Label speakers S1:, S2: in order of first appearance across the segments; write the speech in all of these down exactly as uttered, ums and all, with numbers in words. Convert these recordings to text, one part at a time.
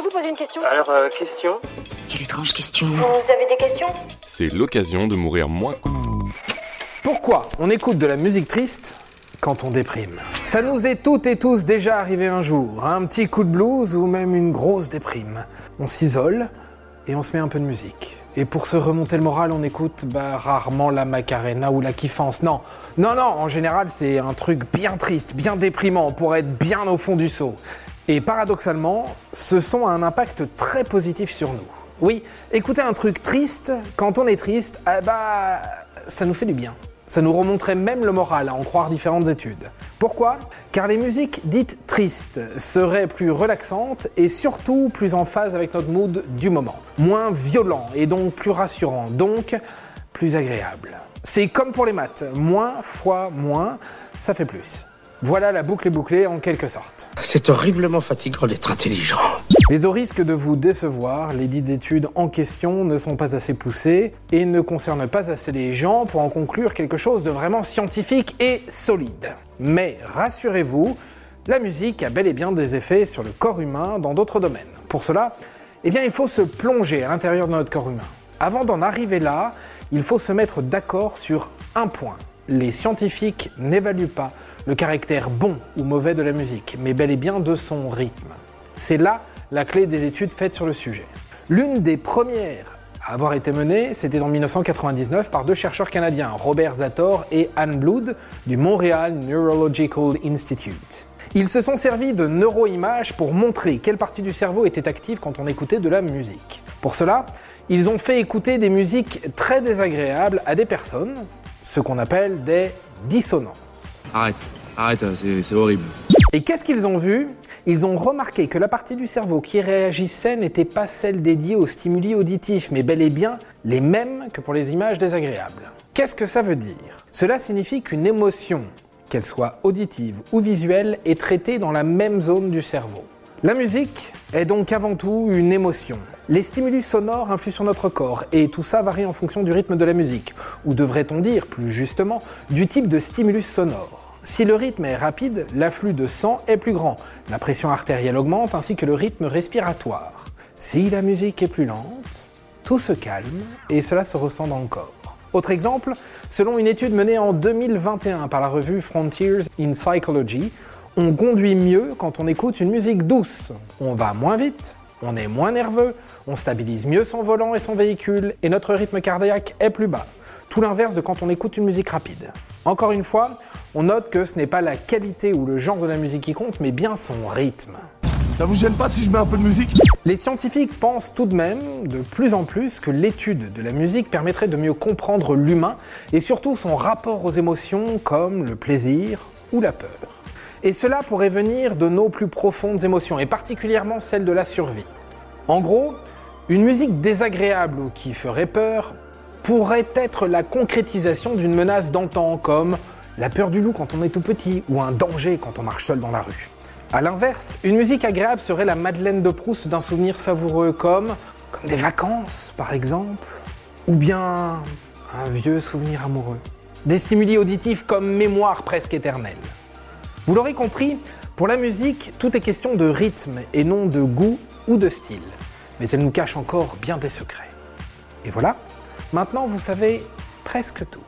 S1: vous poser une question ?
S2: Alors, euh, question ?
S3: Quelle étrange question.
S1: Vous avez des questions ?
S4: C'est l'occasion de mourir moins.
S5: Pourquoi on écoute de la musique triste quand on déprime ? Ça nous est toutes et tous déjà arrivé un jour, un petit coup de blues ou même une grosse déprime. On s'isole et on se met un peu de musique. Et pour se remonter le moral, on écoute bah, rarement la Macarena ou la Kiffance. Non, non, non, en général, c'est un truc bien triste, bien déprimant, pour être bien au fond du seau. Et paradoxalement, ce son a un impact très positif sur nous. Oui, écouter un truc triste, quand on est triste, eh bah, ça nous fait du bien. Ça nous remonterait même le moral, à en croire différentes études. Pourquoi ? Car les musiques dites tristes seraient plus relaxantes et surtout plus en phase avec notre mood du moment. Moins violent et donc plus rassurant, donc plus agréable. C'est comme pour les maths, moins fois moins, ça fait plus. Voilà, la boucle est bouclée en quelque sorte.
S2: C'est horriblement fatigant d'être intelligent.
S5: Mais au risque de vous décevoir, les dites études en question ne sont pas assez poussées et ne concernent pas assez les gens pour en conclure quelque chose de vraiment scientifique et solide. Mais rassurez-vous, la musique a bel et bien des effets sur le corps humain dans d'autres domaines. Pour cela, eh bien, il faut se plonger à l'intérieur de notre corps humain. Avant d'en arriver là, il faut se mettre d'accord sur un point. Les scientifiques n'évaluent pas le caractère bon ou mauvais de la musique, mais bel et bien de son rythme. C'est là la clé des études faites sur le sujet. L'une des premières à avoir été menée, c'était en dix-neuf cent quatre-vingt-dix-neuf par deux chercheurs canadiens, Robert Zator et Anne Blood, du Montreal Neurological Institute. Ils se sont servis de neuroimages pour montrer quelle partie du cerveau était active quand on écoutait de la musique. Pour cela, ils ont fait écouter des musiques très désagréables à des personnes, ce qu'on appelle des dissonances.
S6: Arrête, arrête, c'est, c'est horrible.
S5: Et qu'est-ce qu'ils ont vu ? Ils ont remarqué que la partie du cerveau qui réagissait n'était pas celle dédiée aux stimuli auditifs, mais bel et bien les mêmes que pour les images désagréables. Qu'est-ce que ça veut dire ? Cela signifie qu'une émotion, qu'elle soit auditive ou visuelle, est traitée dans la même zone du cerveau. La musique est donc avant tout une émotion. Les stimulus sonores influent sur notre corps et tout ça varie en fonction du rythme de la musique, ou devrait-on dire plus justement du type de stimulus sonore. Si le rythme est rapide, l'afflux de sang est plus grand, la pression artérielle augmente ainsi que le rythme respiratoire. Si la musique est plus lente, tout se calme et cela se ressent dans le corps. Autre exemple, selon une étude menée en deux mille vingt et un par la revue Frontiers in Psychology, on conduit mieux quand on écoute une musique douce. On va moins vite, on est moins nerveux, on stabilise mieux son volant et son véhicule et notre rythme cardiaque est plus bas. Tout l'inverse de quand on écoute une musique rapide. Encore une fois, on note que ce n'est pas la qualité ou le genre de la musique qui compte, mais bien son rythme.
S6: Ça vous gêne pas si je mets un peu de musique ?
S5: Les scientifiques pensent tout de même de plus en plus que l'étude de la musique permettrait de mieux comprendre l'humain et surtout son rapport aux émotions comme le plaisir ou la peur. Et cela pourrait venir de nos plus profondes émotions et particulièrement celle de la survie. En gros, une musique désagréable ou qui ferait peur pourrait être la concrétisation d'une menace d'antan comme la peur du loup quand on est tout petit ou un danger quand on marche seul dans la rue. A l'inverse, une musique agréable serait la Madeleine de Proust d'un souvenir savoureux comme, comme des vacances par exemple, ou bien un vieux souvenir amoureux. Des stimuli auditifs comme mémoire presque éternelle. Vous l'aurez compris, pour la musique, tout est question de rythme et non de goût ou de style. Mais elle nous cache encore bien des secrets. Et voilà, maintenant vous savez presque tout.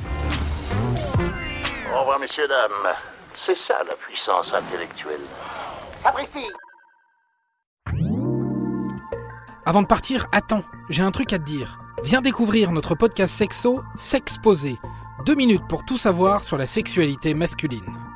S7: Au revoir, messieurs, dames. C'est ça la puissance intellectuelle.
S1: Sapristi !
S8: Avant de partir, attends, j'ai un truc à te dire. Viens découvrir notre podcast sexo, S'exposer. Deux minutes pour tout savoir sur la sexualité masculine.